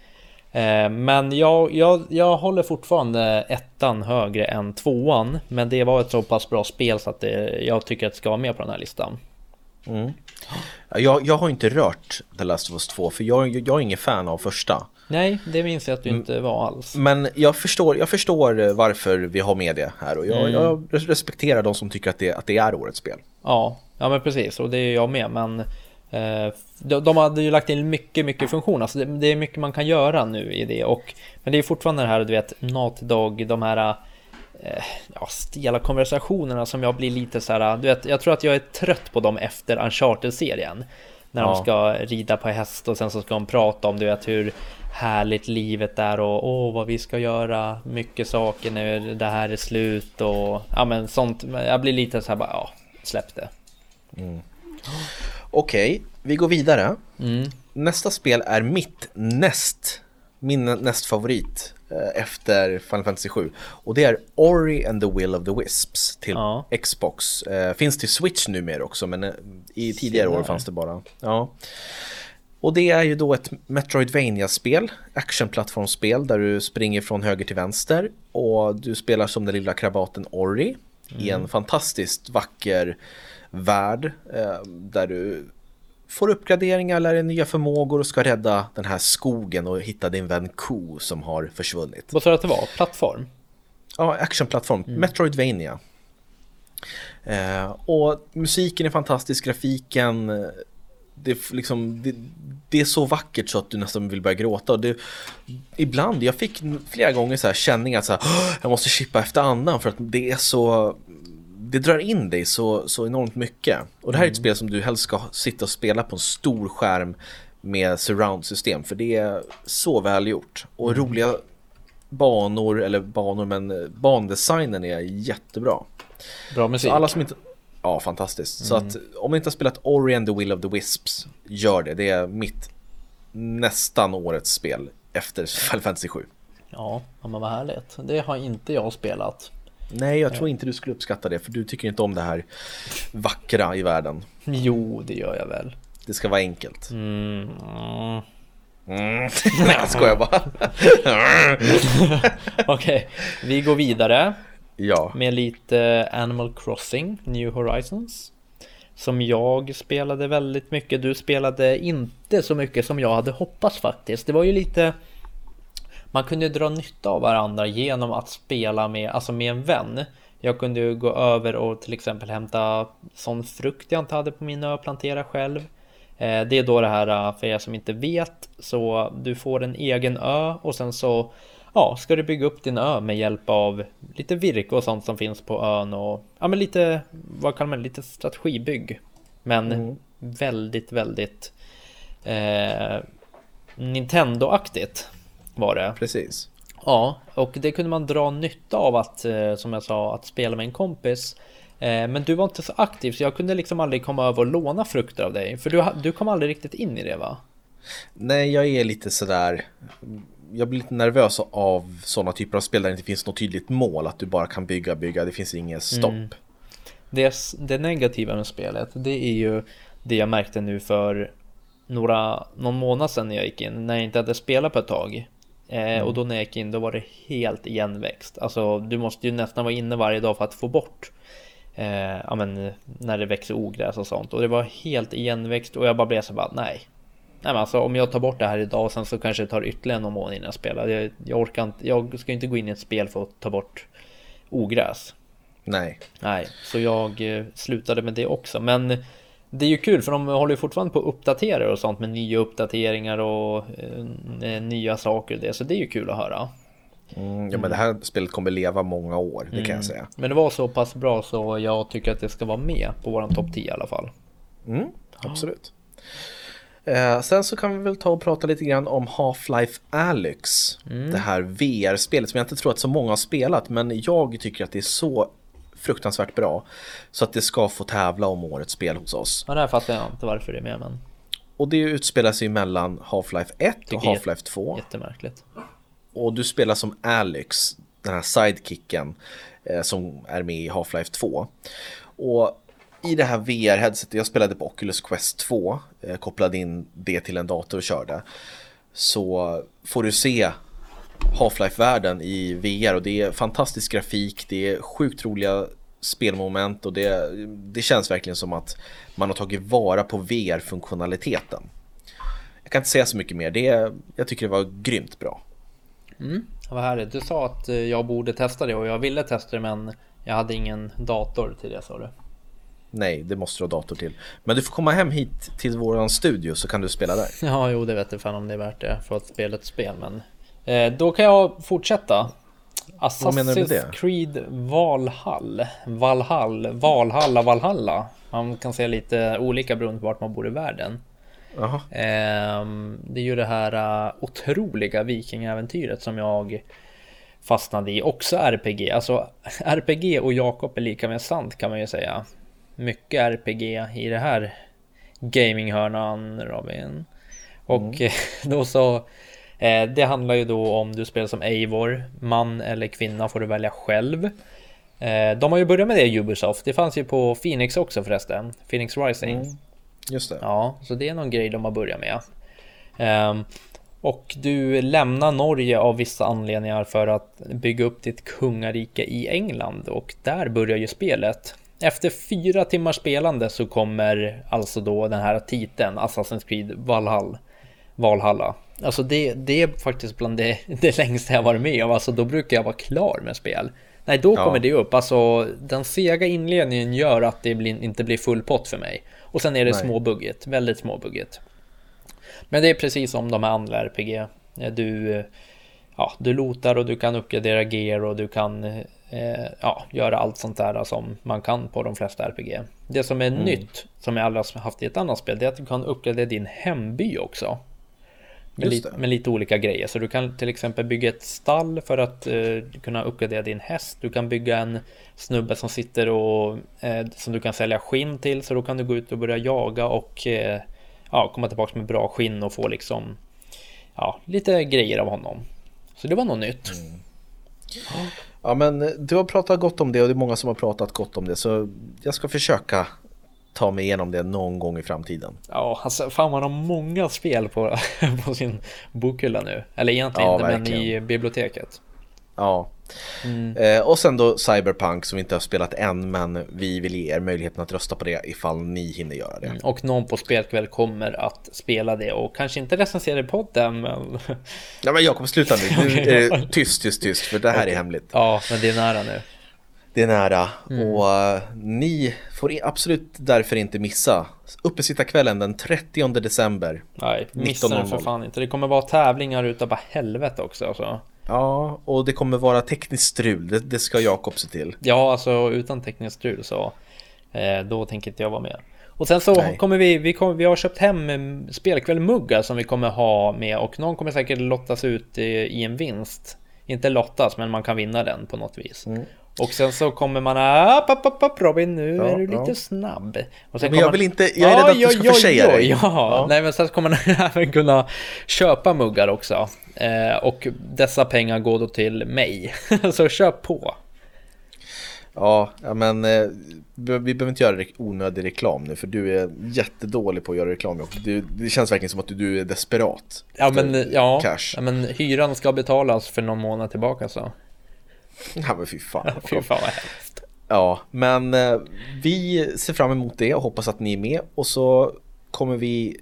Eh, men jag, jag, jag håller fortfarande ettan högre än tvåan. Men det var ett så pass bra spel så att det, jag tycker att det ska vara med på den här listan. Mm. Jag, jag har inte rört The Last of Us två, för jag, jag är ingen fan av första. Nej, det minns jag att du inte var alls. Men jag förstår, jag förstår varför vi har med det här. Och jag, mm. jag respekterar de som tycker att det, att det är årets spel. Ja, ja men precis, och det är jag med. Men eh, de, de hade ju lagt in mycket, mycket funktioner. Alltså det, det är mycket man kan göra nu i det. Och, men det är fortfarande det här, du vet, Naughty Dog, de här eh, ja, stela konversationerna som jag blir lite så här. Du vet, jag tror att jag är trött på dem efter Uncharted-serien. När ja. de ska rida på häst och sen så ska de prata om, du vet, hur härligt livet är och åh, vad vi ska göra mycket saker när det här är slut och ja men sånt. Jag blir lite så här bara, ja, släpp det. Mm. Okej, okay, vi går vidare. Mm. Nästa spel är mitt näst min näst favorit eh, efter Final Fantasy sju, och det är Ori and the Will of the Wisps till ja. Xbox. Eh, finns till Switch numera också, men eh, i tidigare år fanns det bara. Ja. Och det är ju då ett Metroidvania-spel, actionplattformsspel där du springer från höger till vänster och du spelar som den lilla krabaten Ori mm. i en fantastiskt vacker värld eh, där du får uppgraderingar, lär dig nya förmågor och ska rädda den här skogen och hitta din vän Ko som har försvunnit. Vad sa du att det var? Plattform? Ja, actionplattform. Mm. Metroidvania. Eh, och musiken är fantastisk, grafiken det är, liksom, det, det är så vackert så att du nästan vill börja gråta. Och det, ibland, jag fick flera gånger så här känningar att så här, jag måste chippa efter andan för att det är så, det drar in dig så, så enormt mycket. Och det här är ett mm. spel som du helst ska sitta och spela på en stor skärm med surround-system, för det är så välgjort. Och mm. roliga banor, eller banor, men bandesignen är jättebra. Bra musik. Så alla som inte... Ja, fantastiskt. Mm. Så att om ni inte har spelat Ori and the Will of the Wisps, gör det. Det är mitt nästan årets spel efter Final Fantasy sju. Ja, men vad härligt. Det har inte jag spelat. Nej, jag tror inte du skulle uppskatta det, för du tycker inte om det här vackra i världen. Jo, det gör jag väl. Det ska vara enkelt. Mm. Mm. Nej, jag skojar bara. Okej, okay, vi går vidare. Ja. Med lite Animal Crossing New Horizons, som jag spelade väldigt mycket. Du spelade inte så mycket som jag hade hoppats faktiskt. Det var ju lite, man kunde dra nytta av varandra genom att spela med, alltså med en vän. Jag kunde ju gå över och till exempel hämta sån frukt jag inte hade på min ö och plantera själv. Det är då det här, för er som inte vet, så du får en egen ö och sen så ja, ska du bygga upp din ö med hjälp av lite virke och sånt som finns på ön och ja, men lite, vad kallar man, lite strategibygg. Men mm. väldigt, väldigt eh, Nintendo-aktigt var det. Precis. Ja, och det kunde man dra nytta av att, eh, som jag sa, att spela med en kompis. Eh, men du var inte så aktiv, så jag kunde liksom aldrig komma över och låna frukter av dig. För du, du kom aldrig riktigt in i det, va? Nej, jag är lite sådär... Jag blir lite nervös av sådana typer av spel där det inte finns något tydligt mål, att du bara kan bygga, bygga, det finns inget stopp. Mm. Det, det negativa med spelet, det är ju det jag märkte nu för några, någon månad sedan när jag gick in, när jag inte hade spelat på ett tag. Eh, mm. Och då när jag gick in, då var det helt igenväxt. Alltså, du måste ju nästan vara inne varje dag för att få bort eh, ja, men, när det växer ogräs och sånt. Och det var helt igenväxt och jag bara blev så bara, nej. Nej, men alltså, om jag tar bort det här idag och sen så kanske det tar ytterligare någon månad innan jag spelar. Jag, jag orkar inte, jag ska inte gå in i ett spel för att ta bort ogräs. Nej. Nej, så jag eh, slutade med det också. Men det är ju kul, för de håller ju fortfarande på att uppdatera och sånt med nya uppdateringar och eh, nya saker och det. Så det är ju kul att höra. Mm, ja, men det här spelet kommer leva många år, det mm. kan jag säga. Men det var så pass bra så jag tycker att det ska vara med på våran topp tio i alla fall. Mm, absolut. Eh, sen så kan vi väl ta och prata lite grann om Half-Life Alyx. Mm. Det här V R-spelet som jag inte tror att så många har spelat, men jag tycker att det är så fruktansvärt bra så att det ska få tävla om årets spel hos oss. Ja, det här fattar jag inte varför det är med, men... Och det utspelar sig mellan Half-Life ett och Half-Life två. Jättemärkligt. Och du spelar som Alyx, den här sidekicken eh, som är med i Half-Life två. Och i det här V R-headsetet, jag spelade på Oculus Quest två, eh, kopplade in det till en dator och körde. så får du se Half-Life-världen i V R, och det är fantastisk grafik, det är sjukt roliga spelmoment, och det, det känns verkligen som att man har tagit vara på V R-funktionaliteten. Jag kan inte säga så mycket mer, det, jag tycker det var grymt bra. Mm, vad härligt. Du sa att jag borde testa det, och jag ville testa det, men jag hade ingen dator till det, sa du. Nej, det måste du ha dator till. Men du får komma hem hit till våran studio så kan du spela där. Ja, jo, det vet jag fan om det är värt det för att spela ett spel, men eh, då kan jag fortsätta. Assassin's Creed Valhalla Valhalla Valhalla Valhalla. Man kan säga lite olika beroende på vart man bor i världen. Jaha. eh, Det är ju det här uh, otroliga vikingäventyret som jag fastnade i. Också R P G. Alltså R P G och Jakob är lika med sant, kan man ju säga. Mycket R P G i det här gaminghörnan, Robin. Och mm. då så eh, det handlar ju då om du spelar som Eivor, man eller kvinna får du välja själv. eh, De har ju börjat med det i Ubisoft. Det fanns ju på Phoenix också förresten, Phoenix Rising. Mm. Just det. Ja, så det är någon grej de har börjat med. eh, Och du lämnar Norge av vissa anledningar för att bygga upp ditt kungarike i England. Och där börjar ju spelet. Efter fyra timmars spelande så kommer alltså då den här titeln Assassin's Creed Valhalla. Valhalla. Alltså det, det är faktiskt bland det, det längsta jag varit med om. Alltså då brukar jag vara klar med spel. Nej, då kommer ja. det upp. Alltså den sega inledningen gör att det blir, inte blir full pott för mig. Och sen är det småbugget, väldigt småbugget. Men det är precis som de här andra R P G. Du, ja, du lotar och du kan uppgradera gear och du kan eh, ja, göra allt sånt där som man kan på de flesta R P G. Det som är mm. nytt, som jag aldrig har haft i ett annat spel, det är att du kan uppgradera din hemby också. Med, li- med lite olika grejer. Så du kan till exempel bygga ett stall för att eh, kunna uppgradera din häst. Du kan bygga en snubbe som sitter och eh, som du kan sälja skinn till. Så då kan du gå ut och börja jaga och eh, ja, komma tillbaka med bra skinn och få liksom ja, lite grejer av honom. Så det var något nytt. Mm. Ja, men du har pratat gott om det och det är många som har pratat gott om det, så jag ska försöka ta mig igenom det någon gång i framtiden. Ja, alltså fan, man har många spel på, på sin bokhylla nu. Eller egentligen ja, inte, men i biblioteket. Ja. Mm. Eh, och sen då Cyberpunk som vi inte har spelat än, men vi vill ge er möjligheten att rösta på det ifall ni hinner göra det. Mm. Och någon på spelkväll kommer att spela det och kanske inte recensera i podden, men... Ja, men jag kommer sluta nu. Nu är det tyst, tyst, tyst, för det här okay. är hemligt. Ja, men det är nära nu. Det är nära. Mm. Och uh, ni får absolut därför inte missa Uppesittarkvällen den trettionde december. Nej, missa den för fan inte. Det kommer vara tävlingar utav bara helvete också. Så. Ja, och det kommer vara tekniskt strul. Det, det ska Jakob se till. Ja, alltså utan tekniskt strul så eh, då tänker inte jag vara med. Och sen så Nej. kommer vi, vi, kommer, vi har köpt hem spelkvällmuggar som vi kommer ha med. Och någon kommer säkert lottas ut i, i en vinst. Inte lottas, men man kan vinna den på något vis. Mm. Och sen så kommer man upp, upp, upp, upp, Robin, nu ja, är du lite ja. snabb. Och sen men jag man... vill inte, jag är rädd att du ska försäga dig. Ja, ja. Nej, men sen kommer man även kunna köpa muggar också. Eh, och dessa pengar går då till mig. Så köp på. Ja, men eh, vi behöver inte göra onödig reklam nu, för du är jättedålig på att göra reklam. Du, det känns verkligen som att du är desperat. Ja, men, ja, ja, men hyran ska betalas för någon månad tillbaka så. Ja, men fy fan. Fy fan vad hemskt. Ja, men eh, vi ser fram emot det och hoppas att ni är med. Och så kommer vi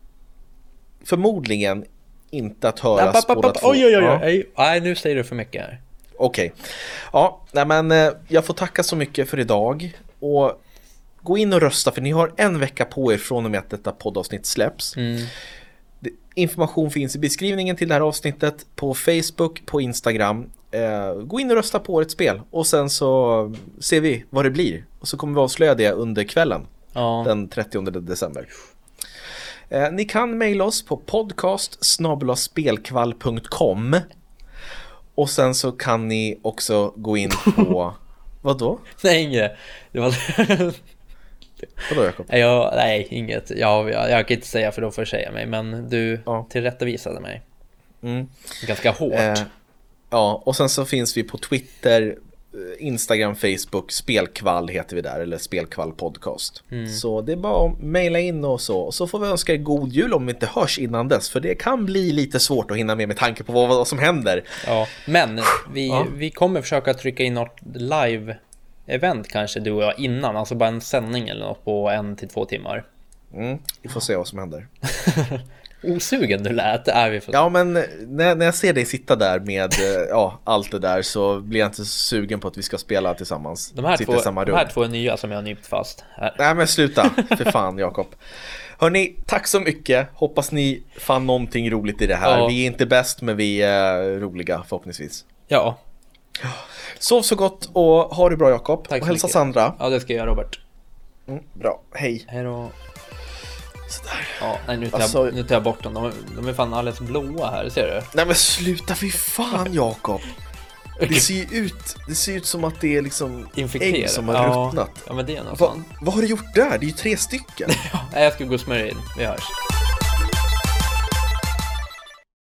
förmodligen inte att höras båda två. Oj, oj, oj, oj. Nej, nu säger du för mycket här. Okej. Okay. Ja, nej, men eh, jag får tacka så mycket för idag. Och gå in och rösta, för ni har en vecka på er från och med att detta poddavsnitt släpps. Mm. Information finns i beskrivningen till det här avsnittet, på Facebook, på Instagram. Eh, gå in och rösta på ett spel och sen så ser vi vad det blir. Och så kommer vi avslöja det under kvällen, ja. Den trettionde december. Eh, ni kan mejla oss på podcast snabel-a spelkvall punkt com. Och sen så kan ni också gå in på... Vadå? Nej, inget. Det var... Vadå, Jakob? Jag, nej, inget. Jag, jag, jag kan inte säga, för då får jag säga mig. Men du ja. tillrättavisade mig. Mm. Ganska hårt. Eh, ja, och sen så finns vi på Twitter, Instagram, Facebook, Spelkvall heter vi där, eller Spelkvall podcast. Mm. Så det är bara att mejla in och så. Och så får vi önska er god jul om vi inte hörs innan dess, för det kan bli lite svårt att hinna med med tanke på vad, vad som händer. Ja, men vi, ja. vi kommer försöka trycka in något live-event kanske du och jag innan, alltså bara en sändning eller något på en till två timmar. Mm, vi får se vad som händer. Osugen du lät, är vi för... Ja, men när, när jag ser dig sitta där med ja, allt det där, så blir jag inte sugen på att vi ska spela tillsammans. De här, Sitta två, i samma de rum. här två är nya som jag har nypt fast här. Nej, men sluta, för fan Jakob. Hörrni, tack så mycket. Hoppas ni fann någonting roligt i det här. Ja. Vi är inte bäst, men vi är roliga förhoppningsvis. Ja. Sov så gott och ha det bra, Jakob. Och hälsa Sandra. Ja, det ska jag göra, Robert. Mm, bra, hej. Hej då. Sådär. Ja, nej, nu tar, alltså... jag, nu tar jag bort dem. De, de är fan alldeles blåa här, ser du? Nej, men sluta, fy fan, Jakob. Det ser ju ut, det ser ut som att det är liksom ägg som har ja. ruttnat. Ja, men det är något Va, sånt. vad har du gjort där? Det är ju tre stycken. Ja, jag ska gå och smörja in. Vi hörs.